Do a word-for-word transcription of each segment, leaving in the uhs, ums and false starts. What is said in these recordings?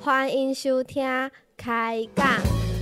欢迎收听开讲。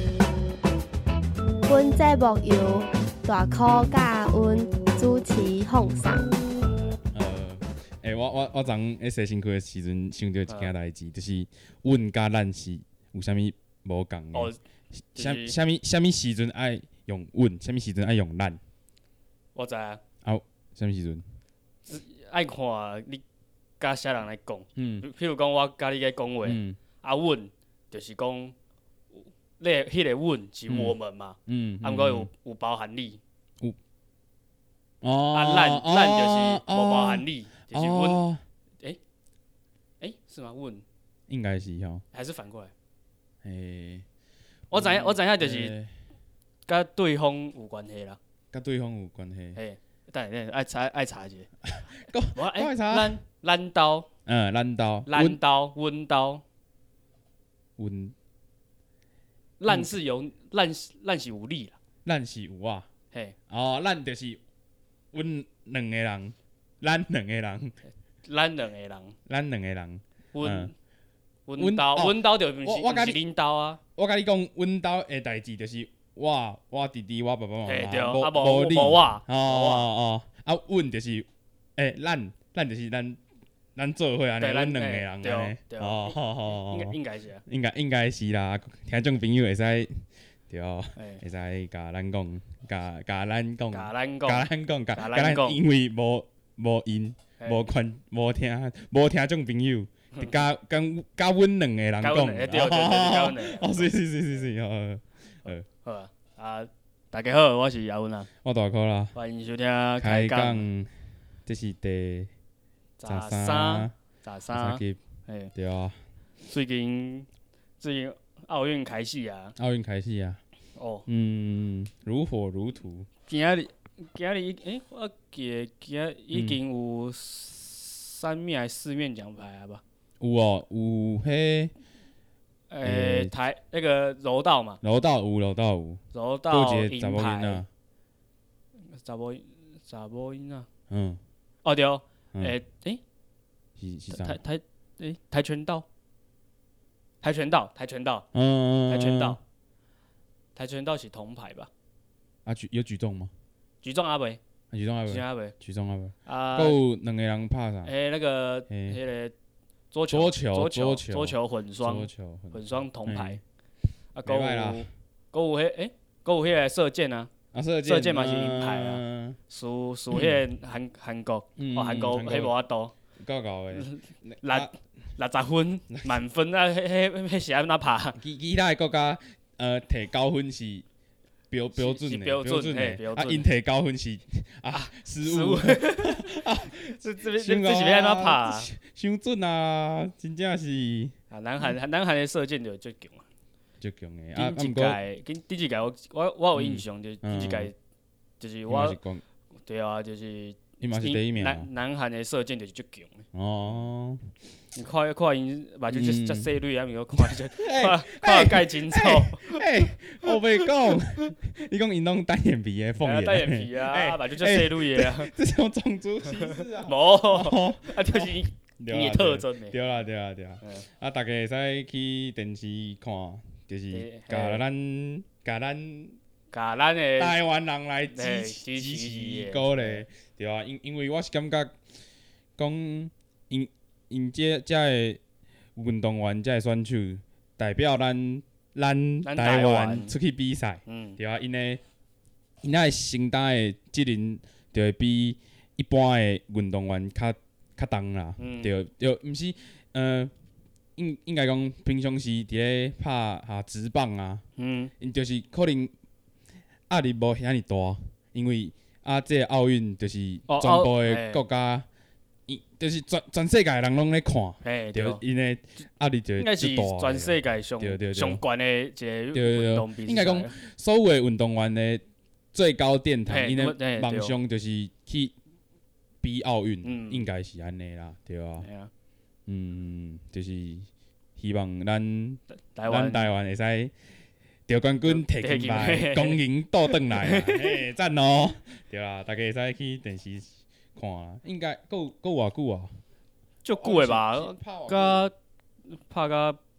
本节目由大考甲阮主持奉送。 呃，诶、欸，我我我昨迄洗身躯的时阵，想到一件代志，就是阮甲咱是有啥物无共的。哦，啥啥物啥物时阵爱用阮，啥物时阵爱用咱？ 我知啊。 啊，啥物时阵？ 爱看你甲啥人来讲。 嗯。 譬如讲，我甲你咧讲话， 嗯、 啊，阮就是讲，你迄个阮是我们嘛。嗯。啊，毋过有有包含你。 有。哦。 啊，咱咱就是无包含你，就是阮。 哦。 诶诶，是吗？阮。 应该是吼。 还是反过来？ 诶。 我知影，我知影，就是甲对方有关系啦。 甲对方有关系。 嘿，等下爱查爱查者。 我爱查。 咱咱兜。 嗯，咱兜。 咱兜，阮兜。 阮。 咱是有，咱咱是有你啦。 咱是有啊。 嘿。 哦，咱就是阮两个人，咱两个人。 咱两个人。 咱两个人。 阮。阮兜，阮兜就毋是毋是恁兜啊。 我甲你讲，阮兜的代志就是。我我弟弟我爸爸妈妈无无你无我哦哦啊，阮就是诶，咱咱就是咱咱做伙安尼，阮两个人安尼哦，好好好，应该是啊， 应该应该是啦，听众朋友会使对，会使甲咱讲，甲甲咱讲， 甲咱讲， 甲咱讲，甲咱讲，因为无无因无看无听无听众朋友，甲甲甲阮两个人讲，哦，是是是是是哦。 好啊，啊，大家好，我是姚文啊， 我大科啦， 欢迎收听开讲，这是第十三十三集，对啊。 最近最近奥运开始啊， 奥运开始啊， 哦， 嗯，如火如荼。 今仔日今仔日诶，我记得今仔已经有三面还四面奖牌啊吧？ 有哦，有迄。 诶、欸，台那个柔道嘛， 柔道有，柔道有， 柔道银牌， 查某查某囡仔， 嗯， 哦对，诶诶， 是是啥？ 跆跆诶跆拳道，跆拳道，跆拳道， 嗯， 跆拳道，跆拳道是铜牌吧？ 啊举有举重吗？ 举重阿袂， 举重阿袂， 阿袂， 举重阿袂， 啊， 有两个人拍啥？ 诶，那个迄个。桌球， 桌球， 桌球混双，混双铜牌。啊，还有，还有迄诶，还有迄个射箭啊，射箭嘛是银牌啊。输输迄个韩韩国，哦韩国迄无法度。 够够诶， 六六十分满分啊！迄迄迄是安怎拍？ 其其他诶国家，呃，摕九分是标标准诶， 标准诶， 啊，因摕九分是啊失误。 这这边这是要安怎拍？ 伤准啊，真正是。 啊，南韩南韩的射箭就最强啊， 最强诶。啊， 顶一届，顶顶一届我我我有印象，就顶一届就是我，对啊，就是。 伊嘛是第一名。 南南韩的射箭就是最强诶。 哦。 你看看因目睭遮遮细蕊啊，毋过看遮看看介清楚。 诶，我袂讲，你讲因拢单眼皮诶，凤眼。 单眼皮啊，目睭遮细蕊诶啊。 这种种族歧视啊。 无，啊就是因伊特征诶。 对啦对啦对啦。啊，大家会使去电视看，就是甲咱甲咱甲咱诶台湾人来支持支持鼓励，对啊，因因为我是感觉讲因。因这这个运动员这个选手代表咱咱台湾出去比赛，嗯、对啊，因个因仔承担的责任就会比一般的运动员较较重啦，嗯、对，就毋是呃应应该讲平常时伫咧拍哈职棒啊，嗯，因就是可能压力无遐尔大，因为啊这个奥运就是全部的国家。伊就是全全世界人拢咧看，对，因为压力就应该是全世界上上悬的一个运动比赛。 应该讲，所有的运动员的最高殿堂，因为梦想就是去比奥运，应该是安尼啦，对啊。嗯，就是希望咱咱台湾会使得冠军摕金牌，公赢倒转来，嘿，赞哦！对啊，大家会使去电视。看啊，应该够够偌久啊？ 足久诶吧？甲拍甲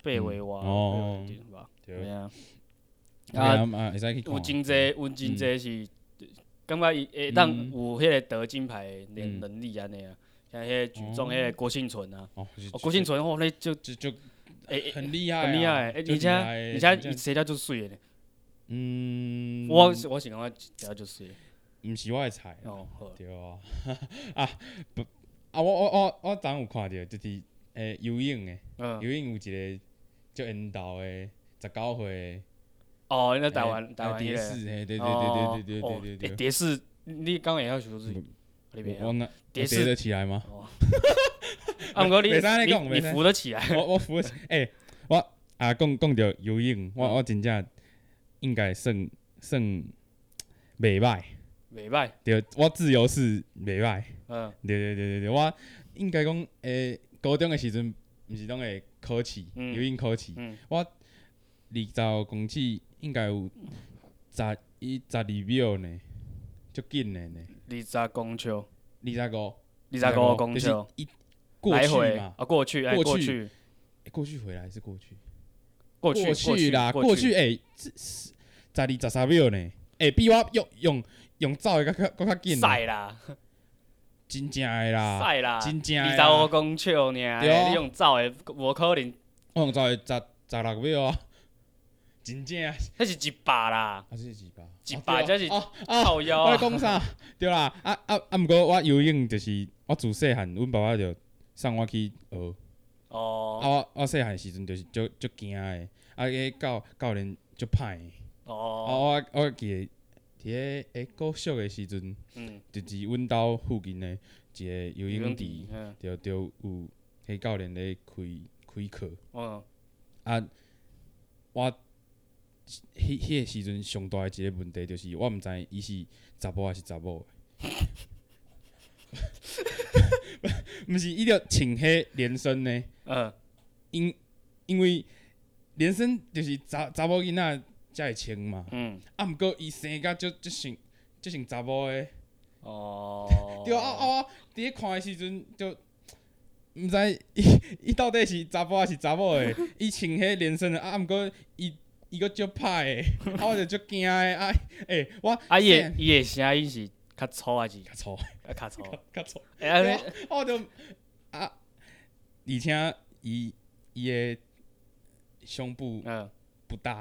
八月外， 哦， 对吧？ 对啊。 啊，会使去看。 有真侪，有真侪是，感觉伊会当有迄个得金牌能能力安尼啊。像迄个举重，迄个郭婞淳啊，哦，郭婞淳哦，那就就就诶很厉害， 很厉害，而且而且伊生了就水咧。 嗯， 我我是感觉生了就水。 毋是我的菜。 哦，好。 对啊，啊不啊，我我我我昨有看着，就是诶游泳诶，游泳有一个足缘投诶，十九岁。 哦，那台湾台湾蝶式，嘿，对对对对对对对对。 蝶式，你刚会晓学水？ 我那蝶式得起来吗？ 啊，毋过你你你扶得起来？ 我我扶得起。诶，我啊讲讲着游泳，我我真正应该算算袂歹。 袂歹。 对，我自由式袂歹。 嗯。 对对对对对，我应该讲诶，高中诶时阵，毋是拢会考试，游泳考试。我二十公尺应该有十一、十二秒呢，足紧的呢。 二十公尺。 二十五。 二十五公尺。 过去嘛。 啊，过去，哎，过去。 过去回来还是过去？ 过去。 过去啦，过去诶，十二、十三秒呢。诶，比我用用用走的较较较紧。 赛啦。 真正的啦。 赛啦。 真正的。 二十五公尺尔，你用走的无可能。 我用走的十十六秒啊。真正， 迄是一百啦， 还是一百？ 一百才是靠腰啊！ 我讲啥？对啦，啊啊啊！毋过我游泳就是我自细汉，阮爸爸就送我去学。 哦。 啊，我我细汉时阵就是足足惊诶，啊，迄教教练足歹。 哦。 啊，我我记得伫个诶国小诶时阵，嗯，就是阮兜附近诶一个游泳池，就就有迄教练咧开开课。嗯。啊，我。迄迄个时阵上大诶一个问题就是，我毋知伊是查甫还是查某诶。毋是，伊着穿迄连身呢。嗯。因因为连身就是查查某囡仔才会穿嘛。嗯。啊，毋过伊生甲足足像足像查某诶。哦。对啊啊！伫咧看诶时阵就毋知伊伊到底是查甫还是查某诶。伊穿迄连身啊，毋过伊。伊个足歹诶，啊我就足惊诶，啊诶我啊伊诶伊诶声音是较粗还是较粗？ 啊较粗， 较粗。 诶， 我就啊，而且伊伊诶胸部不大，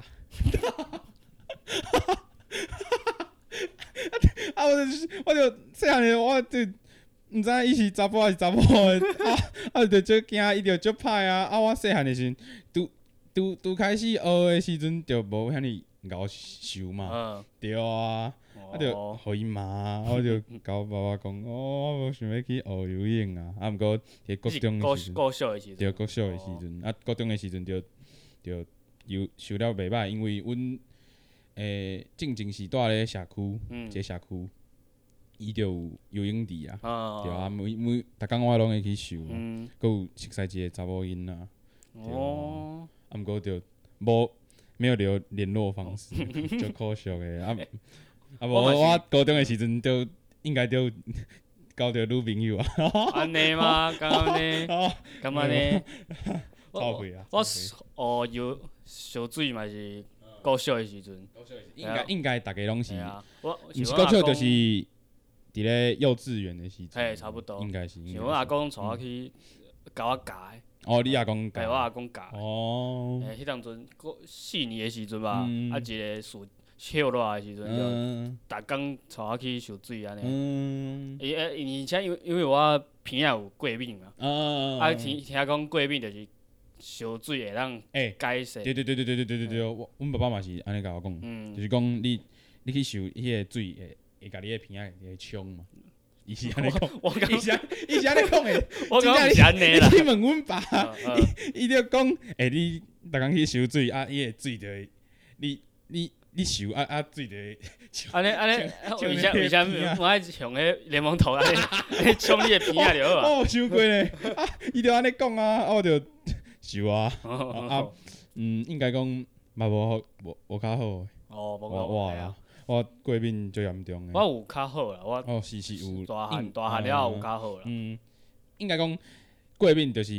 啊我就我就细汉诶，我就毋知伊是查甫还是查某诶，啊啊就足惊，伊就足歹啊，啊我细汉诶时阵拄。拄拄开始学诶时阵，就无遐尼熬受嘛，对啊，我就互伊骂，我就甲我爸爸讲，哦，我无想要去学游泳啊，啊，毋过伫国中诶时阵，对国小诶时阵，啊，国中诶时阵就就游受了袂歹，因为阮诶正正是住咧社区，一个社区，伊就有游泳池啊，对啊，每每逐工我拢会去受嘛，佮有熟悉一个查某囡仔，哦。啊，毋过就无没有留联络方式，足可惜诶。啊啊无我高中诶时阵就应该就交着女朋友啊。 安尼吗？敢安尼？敢安尼？ 臭屁啊！ 我哦游小水嘛是高小诶时阵。 应该应该大家拢是。毋是高小就是伫咧幼稚园诶时阵。 嘿，差不多。 应该是。 是我阿公带我去教我教诶。 哦，你阿公教？ 对，我阿公教。 哦。 诶，迄当阵四年诶时阵吧，啊一个暑秋热诶时阵，就逐工带我去游水安尼。嗯。伊诶，而且因为因为我鼻仔有过敏嘛，啊听听讲过敏就是游水会当改善。 对对对对对对对对对，我阮爸爸嘛是安尼甲我讲，就是讲你你去游迄个水会会甲你诶鼻仔会冲嘛。伊是安尼讲，伊是伊是安尼讲诶， 我讲是安尼啦。 你去问阮爸，伊伊就讲，诶，你逐工去游水，啊，伊个水就会，你你你游啊啊水就会。 安尼安尼，为啥为啥我爱用迄联盟头安尼安尼冲你个鼻仔就好啊？ 我有想过咧，啊，伊就安尼讲啊，我就游啊，啊，嗯，应该讲嘛无无无较好诶。 哦，无较好啦。我过敏最严重诶。 我有较好啦，我哦是是有大汉大汉了有较好啦。 嗯，应该讲过敏就是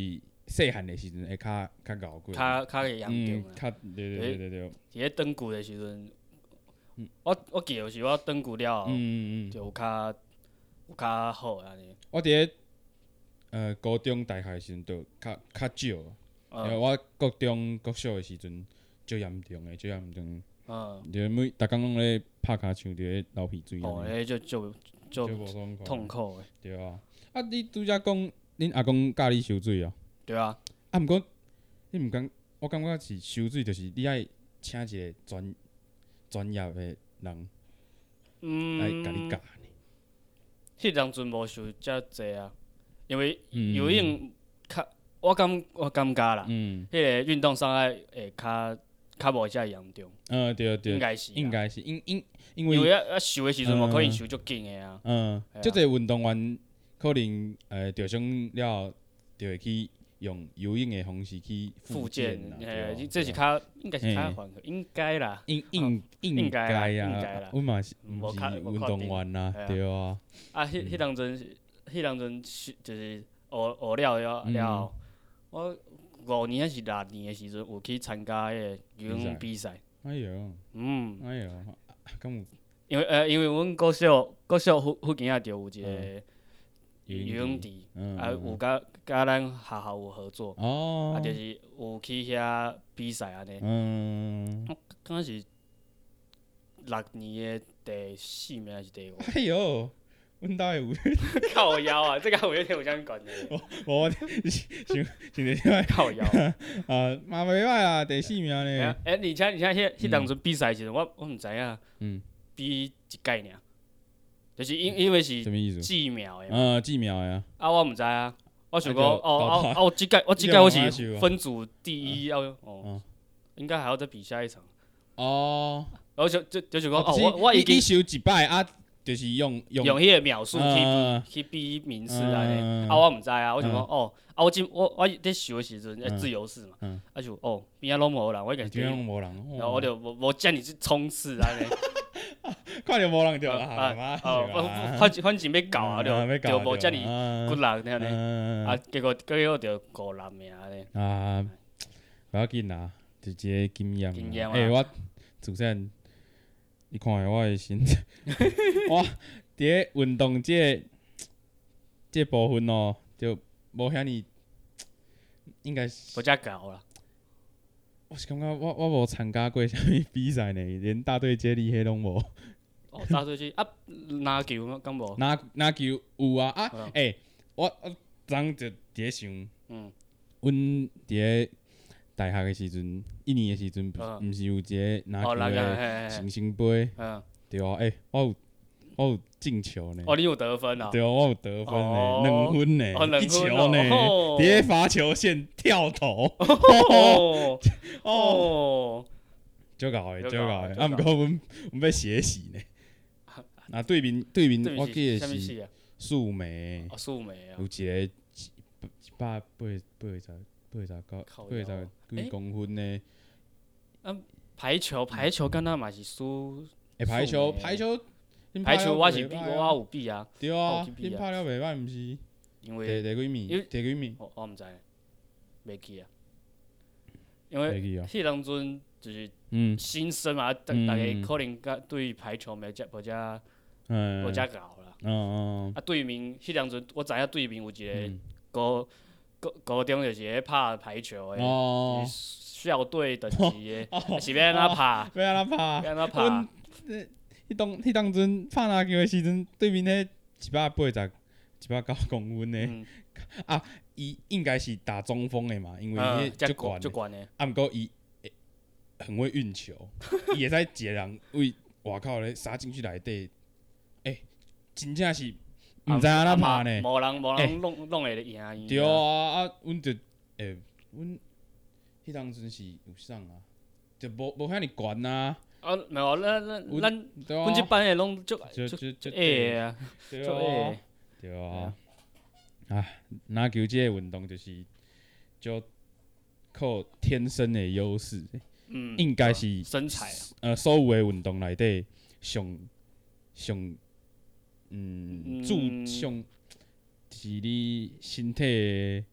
细汉的时阵会较较熬过， 较较会严重啊。较对对对对。 伫咧长久的时阵，我我记得是我长久了后，就有较有较好安尼。 我伫咧呃高中、大学的时阵就较较少，因为我国中、国小的时阵最严重的，最严重。嗯。就每逐工拢咧拍骹枪，伫咧流鼻水。 哦，迄就就就痛苦的。 对啊。啊，你拄则讲恁阿公教你收水哦？ 对啊。 啊，毋过你毋感，我感觉是收水，就是你爱请一个专专业的人来甲你教。 迄当阵无收遮济啊，因为游泳较，我感我感觉啦，迄个运动伤害会较较无遮严重。 嗯，对对。 应该是。 应该是，因因因为。 因为啊啊收的时阵，无可能收足紧的啊。 嗯。足侪运动员可能呃受伤了，就会去用游泳的方式去复健。 诶，这是较应该是较缓和，应该啦。 应应应该啊，阮嘛是毋是运动员啦，对啊。 啊，迄迄当阵，迄当阵就是学学了了了，我五年还是六年的时阵，有去参加迄个游泳比赛。 哎哟。嗯。哎哟，敢有？ 因为呃，因为阮国小国小附附近啊，就有一个游泳池，啊，有甲甲咱学校有合作，啊，就是有去遐比赛安尼。嗯。我感觉是六年的第四名还是第五？ 哎哟，阮兜有。 靠腰啊！这个有一点有相关的。 无，我想想着遐靠腰。 啊，嘛袂歹啊，第四名呢。 哎，而且而且迄迄当阵比赛时阵，我我毋知影。嗯。比一届尔，就是因因为是季苗的。 嗯，季苗的啊。 啊，我毋知啊，我想讲，哦啊啊，我即届我即届我是分组第一，要哦，应该还要再比下一场。哦。然后就就就是讲，哦，我我已经收一摆啊，就是用用用迄个秒数去去比名次安尼。啊，我毋知啊，我想讲，哦，啊，我今我我伫收的时阵，自由式嘛，啊就哦，边仔拢无人，我应该边拢无人， 然后我就无无遮尔去冲刺安尼。 看着无人就啊， 反反反正要搞啊，就就无遮尔骨力安尼，啊，结果结果就五六名咧。 啊，不要紧啦，就一个经验。 经验诶，我自细你看下我的身材，我伫咧运动这这部分哦，就无遐尼，应该是无遮高啦。 我是感觉我我无参加过啥物比赛呢，连大队接力迄拢无。 哦，大队接啊，篮球敢无？ 篮篮球有啊啊！诶、欸，我我昨就伫咧想，嗯，阮伫咧大学的时阵，一年的时阵，毋是有一个篮球的星星杯，对啊，诶、欸，我有我有进球呢。 哦，你有得分啊？ 对啊，我有得分呢，两分呢，一球呢，伫咧罚球线跳投。哦哦，足够诶，足够诶，啊，毋过阮阮要学习呢。啊，对面对面，我记得是树莓，有一个一百八八十八十九八十几公分呢。 啊，排球排球，敢若嘛是输。 诶，排球排球。 排球我是比我有比啊， 对啊，恁拍了袂歹，毋是？ 因为第第几名？第几名？ 我我毋知，袂记啊。因为迄当阵就是新生嘛，大大家可能甲对排球袂遮无遮无遮搞啦。嗯嗯。啊，对面迄当阵我知影对面有一个高高高中就是咧拍排球诶，校队等级诶，是要安怎拍？ 要安怎拍？ 要安怎拍？ 迄当迄当阵拍篮球的时阵，对面迄一百八十、一百九公分的、嗯、啊，伊应该是打中锋的嘛，因为迄足悬的。啊，毋过伊很会运球，伊会使一个人为外口咧杀进去内底，诶、欸，真正是毋知安怎拍呢？ 无人无人弄弄会赢伊。 对啊，啊，阮就诶，阮迄当阵是有啥啊？就无无遐尼悬啊。 啊，没有，咱咱咱，阮即班诶拢足足足矮啊，足矮。 对啊，啊，篮球这个运动就是就靠天生的优势，嗯，应该是身材呃，所有的运动内底上上嗯注上是你身体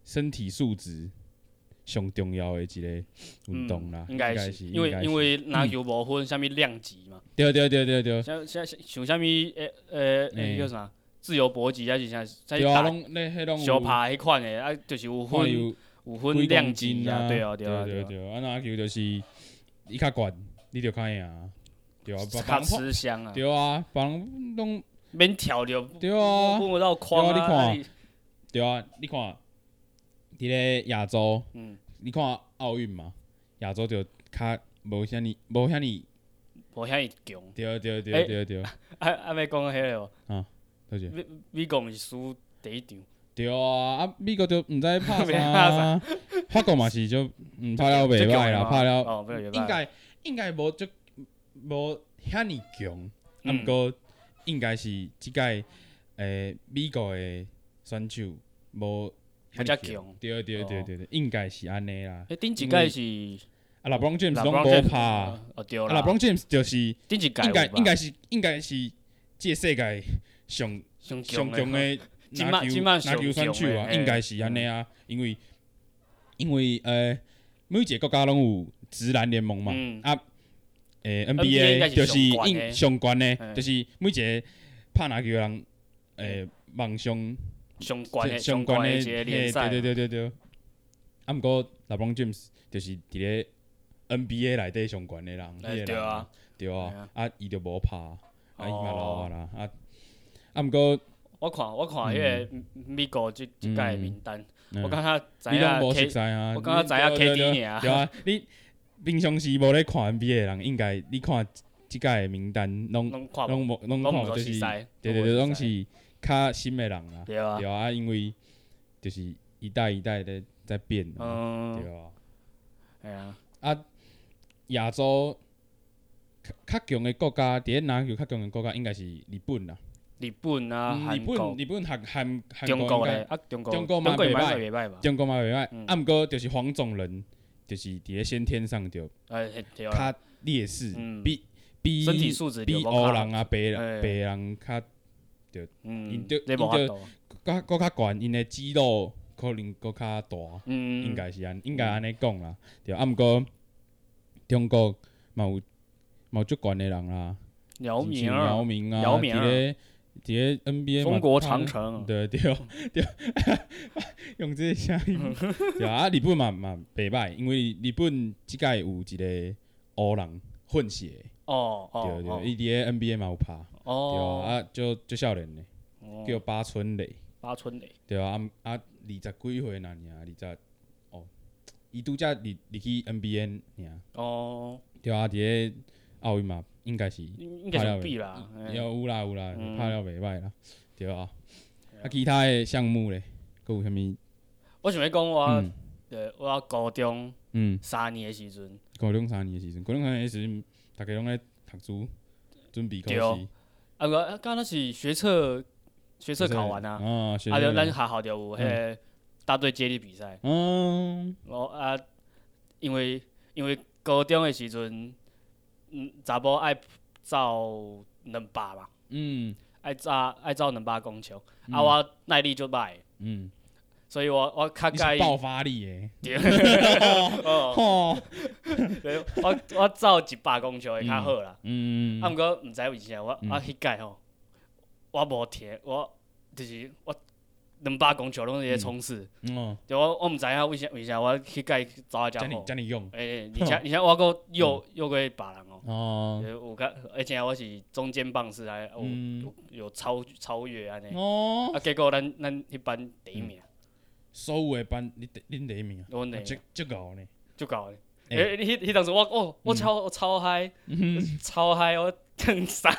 身体素质上重要的一个运动啦， 应该是，因为因为篮球无分啥物量级嘛。 对对对对对。 像像像啥物诶诶诶叫啥自由搏击还是啥？ 对啊，拢那迄种。 相拍迄款诶，啊，就是有分有分量级啊，对啊对啊对对。啊，篮球就是你较悬，你就较赢，对啊。 较吃香啊。 对啊，别人拢免跳着。 对啊。 碰不到框啊。 对啊，你看。对啊，你看，伫咧亚洲， 嗯、 你看奥运嘛，亚洲就较无遐尼，无遐尼， 无遐尼强。 对对对对对。 啊啊，要讲迄个哦。 啊，多少？ 美美国是输第一场。 对啊，啊美国就毋知拍啥，法国嘛是就嗯拍了袂歹啦，拍了， 哦、 应该应该无就无遐尼强，啊毋过应该是即届诶美国诶。选手无较遮强， 对对对对对，应该是安尼啦。 诶，顶一届是啊，LeBron James 拢无拍， 哦对啦。 啊 ，LeBron James 就是顶一届应该应该是应该是这世界上上强诶篮球篮球选手啊，应该是安尼啊，因为因为呃每一个国家拢有职篮联盟嘛，啊，诶 N B A 就是应上悬诶，就是每一个拍篮球人诶梦想。 上悬的上悬的一个联赛， 对对对对对。啊，毋过 LeBron James 就是伫咧 N B A 内底上悬的人， 欸、对啊， 对啊，啊伊就无拍，啊伊嘛老啊啦，啊啊毋过我看我看迄个美国即即届名单， 嗯、 我感觉知影 K， 啊、 我感觉知影 K D 尔。 对啊，你平常时无咧看 N B A 的人，应该你看即届名单拢拢无拢看就是，对对对，拢是。较新的人啦， 对啊， 对啊，因为就是一代一代的在变， 嗯、 对啊， 系啊， 啊，亚洲较强的国家，伫咧篮球较强的国家应该是日本啦， 日本啊， 嗯、日本日本韩韩韩国咧，啊中国中国嘛袂歹，中国嘛袂歹，啊毋过就是黄种人，就是伫咧先天上就较劣势， 嗯、 比比身体素质比黑人啊白人白人较。对，因着因着较搁较悬，因的肌肉可能搁较大， 嗯、 应该是安，应该安尼讲啦。对，啊毋过中国嘛有嘛有足悬的人啦， 姚明啊，姚明啊， 伫咧伫咧 N B A 嘛，中国长城， 对对对，用这个声音，对啊，日本嘛嘛袂歹，因为日本即届有一个黑人混血。 哦哦， 对对，伊伫咧 N B A 嘛有拍， 哦， 对啊，啊，就就少年的，叫八村垒， 八村垒， 对啊，啊，二十几岁那尔，二十，哦，伊拄则入入去 N B A 尔， 哦， 对啊，伫咧奥运嘛，应该是， 应该是比啦， 有啦有啦，拍了袂歹啦，对啊，啊，其他的项目咧，佫有啥物？ 我想要讲我，呃，我高中三年的时阵， 高中三年的时阵，高中三年的时阵。大家拢咧读书，准备考试。 啊个，刚那是学测，学测考完啊，啊，就咱学校就有迄个大队接力比赛。 嗯。 哦啊，因为因为高中的时阵，嗯，查某爱走两百嘛。 嗯。 爱走爱走两百公尺，啊我耐力就歹。 嗯。 所以我我较介意爆发力诶。 对。哦。我我走一百公尺会较好啦。 嗯。 啊，毋过毋知为啥，我我迄届吼，我无停，我就是我两百公尺拢伫咧冲刺。嗯。就我我毋知影为啥为啥我迄届走啊遮好。 遮尼勇。 诶，而且而且我阁又又过别人哦。哦。有较，而且我是中间棒式还有有有超超越安尼。哦。啊，结果咱咱迄班第一名。 所有诶班，你恁第一名啊？ 阮第一名。 足够呢。 足够呢。诶，迄迄当时我哦，我超我超嗨，超嗨，我腾啥？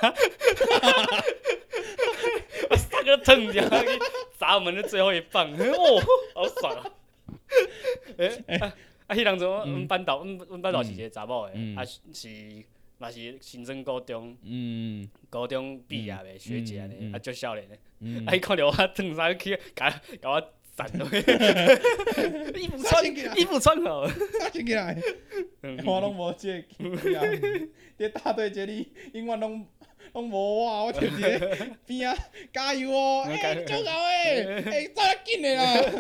我三个腾掉去砸我们的最后一棒，哦，好爽啊！诶，啊，迄当时我阮班导，阮阮班导是一个查某诶，啊是嘛是新生高中，高中毕业诶学姐安尼，啊足少年诶，啊伊看着我腾啥去，甲甲我。衣服穿，衣服穿好， 穿起来，我拢无这个啊！这大队接力永远拢拢无我，我伫咧边啊，加油哦！哎，足够诶！哎，走得紧诶啦！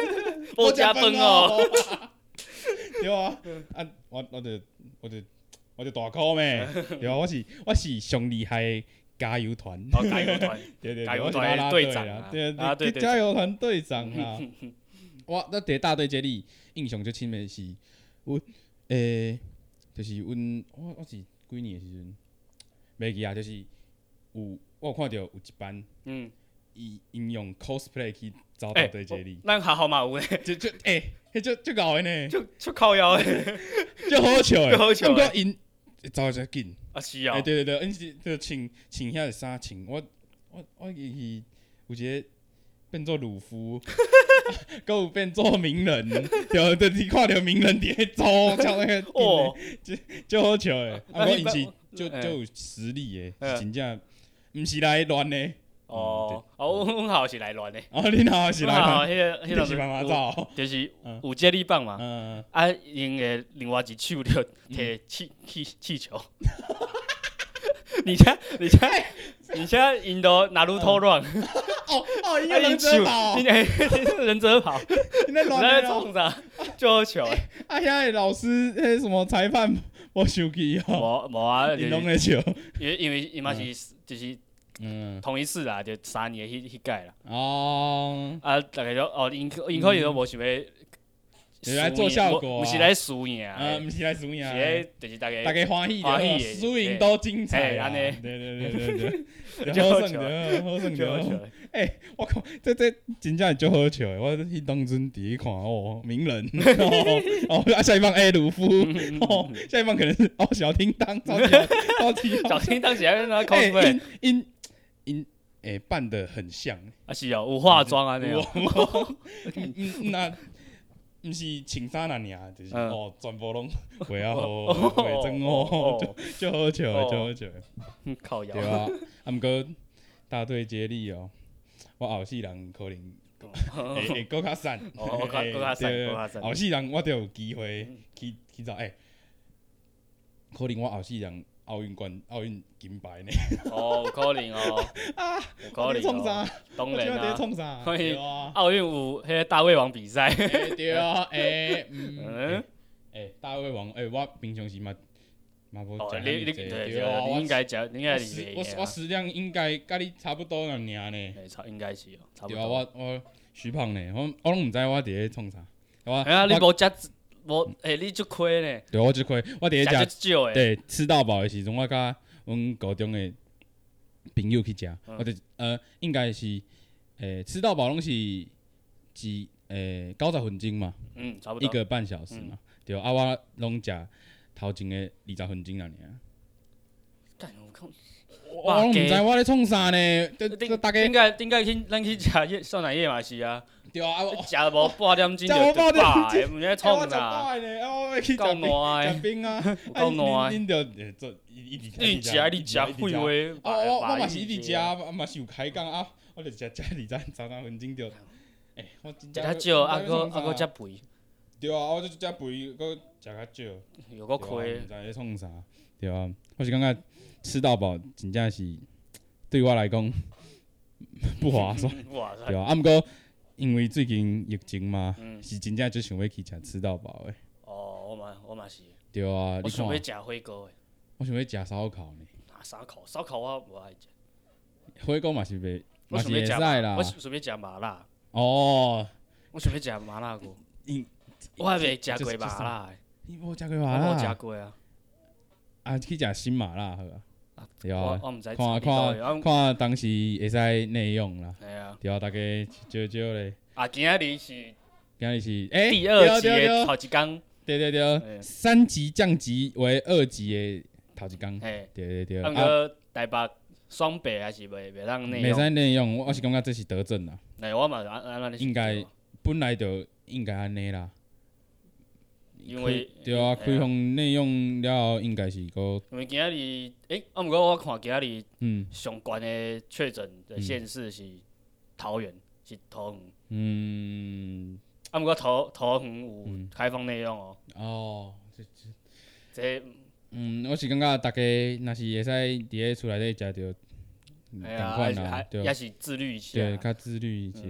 无食饭哦。 对啊，啊，我我就我就我就大箍咩，对啊，我是我是上厉害的加油团。 哦，加油团， 对对对， 加油我是啦啦团队队啦， 长啊， 对啦啦队队加油长。 团队长啊。我咱第大队接力印象最深的是，阮诶，就是阮我我是几年的时阵，袂记啊，就是有我有看到有一班， 嗯， 伊因用 cosplay 去走大队接力， 咱学校嘛有诶， 就就诶，迄足足搞的呢， 就就靠腰诶， 足好笑诶， 足好笑的不过因走得紧， 啊是啊诶，，对对对，因是就穿穿遐个衫穿，我我我是有一个变做鲁夫。搁有变做名人，对，就是看到名人伫咧走，像那个哦， 就就好笑诶。啊，我因是就嗯就有实力诶， 嗯是真正毋是来乱诶。 哦，啊，阮阮校是来乱诶， 哦，恁校是来阮校乱， 迄个迄是慢慢个走。 就是有接力棒嘛， 嗯， 啊，因诶另外一手就摕气气气球，而且而且而且因都拿路偷乱， 哦哦，伊个啊忍者跑， 因诶忍者跑， 你在你乱诶咯。 在创啥？就好笑诶， 啊，遐个老师，迄什么裁判无生气哦， 无无啊， 因拢咧笑。 因为因为伊嘛是就是嗯， 同一次啦，就三年迄迄届啦， 哦， 啊，大概就哦，因因可能都无想要。 就是来做效果啊毋是来输赢啊， 的， 毋是来输赢是的。 咧就是大家大家欢喜的， 欢喜的输赢都精彩啊。 嘿安尼对对对对对， 就好笑好胜着，好胜就好笑着。诶，我靠，这这真正是足好笑的。我迄当阵伫咧看哦，名人哦哦，啊下一棒诶鲁夫哦，下一棒可能是哦小叮当，超级好超级好。 小青当时还在那诶 cosplay， 因因因诶扮得很像， 啊是哦，有化妆啊那样， 嗯嗯那。毋是穿衫那尔，就是嗯哦，全部拢画啊好，画真好，就就好笑的，就好笑的。 靠腰对，啊，啊毋过大队接力哦，我后世人可能会会搁较瘦， 哦，我较搁较瘦， 对搁较瘦， 后世人我就有机会去去走，诶，可能我后世人奥运冠、奥运金牌呢。 哦，有可能哦， 啊， 有可能哦， 创啥？ 当我今仔伫然啊， 创啥？ 所以对啊， 奥运有迄个大胃王比赛， 诶对啊，诶， 嗯嗯，诶，大胃王，诶，我平常时嘛嘛无哦， 食你你遐济， 对对啊， 你我应该食，你应该是食袂我我食量应该甲你差不多样尔呢。 诶，差应该是哦，差不对啊， 多。 我我虚胖呢，我我拢毋知我伫咧创啥。我哎呀，你无食无，诶，你足亏呢， 对我即亏，我伫咧食食足少诶， 对吃到饱的时阵，我甲阮高中的朋友去食， 嗯我就呃应该是诶吃到饱拢是几诶九十分钟嘛， 嗯，差不多。 一个半小时嘛，对啊，我拢食头前的二十分钟啊尔。 干，我看， 我拢毋知我咧创啥呢，就就大家应该应该去咱去食夜酸奶液嘛是啊， 对啊，啊我食无半点钟就食无半就点饱的，毋知咧我创啥， 食饱的呢，啊我要去食够冰烂的， 食冰啊， 够烂的。 恁着诶做一直你食你食废话， 哦，我我嘛是一直食，我嘛是有开讲啊，我就食食二十三十分钟着。诶，我真食较少，啊搁啊搁遮肥， 对啊，我就遮肥，搁食较少， 又搁亏毋。知咧创啥，对啊，我是感觉吃到饱真正是对我来讲不划算， 哇塞对啊，啊毋过因为最近疫情嘛， 嗯是真正就想要去食吃到饱诶， 哦，我嘛我嘛是， 对啊， 我你看， 想要食火锅诶， 我想要食烧烤呢， 啊烧烤烧烤我无爱食， 火锅嘛是袂，嘛是会我想要食使啦我，想要食麻辣， 哦， 我想要食麻辣锅因， 我还未食过麻辣诶， 你无食过麻辣？ 我无食过啊， 啊，去食新麻辣好啊，对啊， 我我毋知看看看当时会使内容啦， 系啊， 对啊，大家少少咧。 啊今仔日是今日是诶， 第二集对的头一工， 对对对， 嘿三级降级为二级的头一工， 嘿， 对对对， 啊， 啊， 过台北双北还是袂袂当内袂使容， 内容，我是感觉这是德政啦， 哎，我嘛安安安尼应该本来就应该安尼啦。 因为开对啊， 嘿开放内容了后，应该是个因为今仔日，诶，啊，毋过我看今仔日嗯上悬的确诊的县市是桃园，是桃园。 嗯啊，毋过桃桃园有嗯开放内容哦， 哦，这这嗯，我是感觉大家若是会使伫咧厝内底食着，共哎呀，还款啦， 是还对也是自律一对， 下。 较自律一些。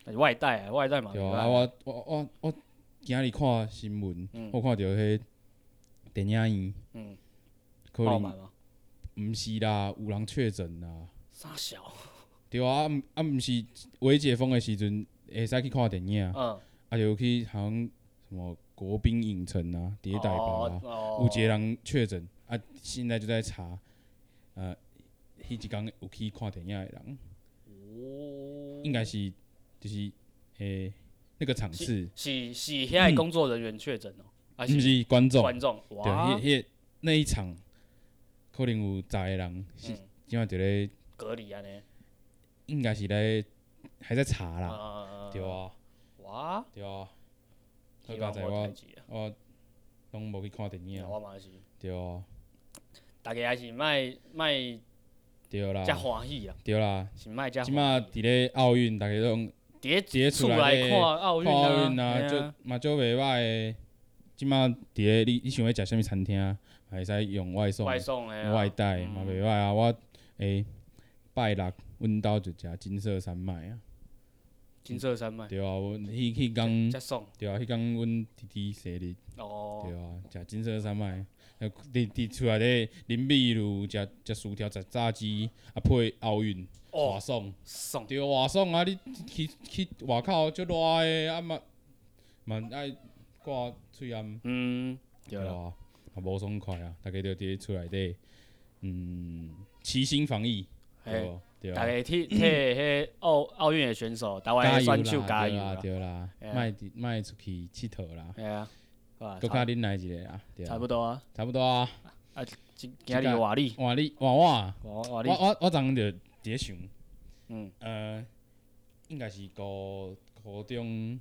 外带啊，外带嘛。 对啊，我我我我今日看新闻，嗯、我看到迄电影院，嗯，可能毋是啦，有人确诊啦。 啥小？ 对啊，啊啊毋是微解封的时阵会使去看电影，嗯，啊就去好像什么国宾影城啊、迭代吧啊，哦、有一个人确诊，啊现在就在查，呃，迄一天有去看电影的人，哦，应该是就是诶、欸、那个场次是是遐工作人员确诊哦， 还是？毋是观众？ 观众， 对，迄迄那一场可能有十个人是今晚就咧隔离安尼。 应该是咧还在查啦，啊、对啊， 哇， 对啊，好佳哉我我拢无去看电影， 我嘛是， 对啊， 大家还是莫莫对啦， 遮欢喜啊， 对啦， 是莫遮。 即马伫咧奥运，大家拢伫咧厝内看奥运啊，就嘛做袂歹诶。即马伫咧你你想要食啥物餐厅，嘛会使用外送、 外送诶， 外带嘛袂歹啊。我诶拜六。阮兜就食金色山脉啊， 金色山脉。 对啊，阮迄迄工，对啊，迄工阮弟弟生日， 哦， 对啊，食金色山脉，伫伫厝内底啉米露，食食薯条，食炸鸡，啊配奥运，哇爽， 爽， 对哇爽啊！你去去外口足热诶，啊嘛嘛爱挂喙暗， 嗯， 对啊，啊无爽快啊，大家着伫厝内底，嗯，齐心防疫，对。 大家替替迄奥奥运的选手，台湾的选手加油啦！对啦，莫莫出去佚佗啦。 系啊， 搁较恁来一个啊， 差不多啊， 差不多啊。 啊，今日换你， 换你，换我。 我我我我昨昏就伫咧想，嗯，呃，应该是高高中，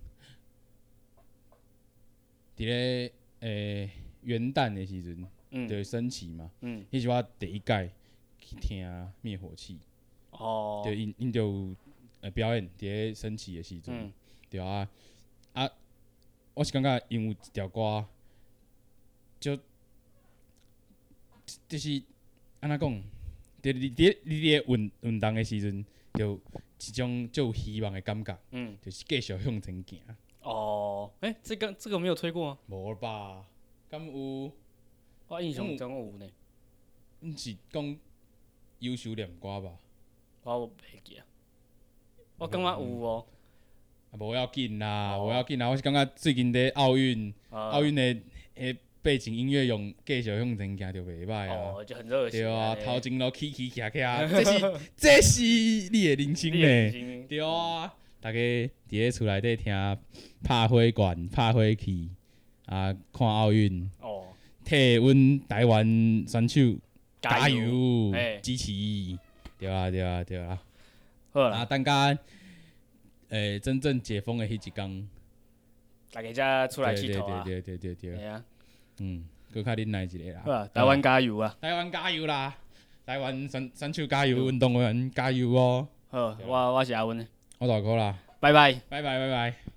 伫咧诶元旦的时阵，嗯，就升旗嘛，嗯，迄是我第一届去听灭火器。哦，对，因因就呃表演伫咧升旗的时阵，嗯、对啊，啊，我是感觉因有一条歌，就就是安怎讲，伫你伫你咧运运动的时阵，就一种就有希望的感觉，嗯，就是继续向前行。 哦，诶、欸，这个这个没有推过吗？ 无吧，敢有？ 我印象中有呢。 毋是讲优秀念歌吧？ 我袂记啊，我感觉有哦。 啊，无要紧啦，无要紧啦。我是感觉最近伫奥运，奥运的迄背景音乐用继续向前行就袂歹啊。 哦，就很热血。 对啊，头前路起起徛徛，这是这是你的人生呢。对啊，大家伫咧厝内底听拍火管、拍火器啊，看奥运。哦。替阮台湾选手加油，支持！对啊，对啊，对啊。 好啦， 啊，等甲诶真正解封的迄一天， 大家才出来佚佗啊！ 对对对对对。 系啊， 嗯，搁较恁来一个啦。 好啊，台湾加油啊！ 台湾加油啦！台湾选选手加油，运动员加油哦！ 好，我我是阿文， 我大哥啦。 拜拜， 拜拜，拜拜。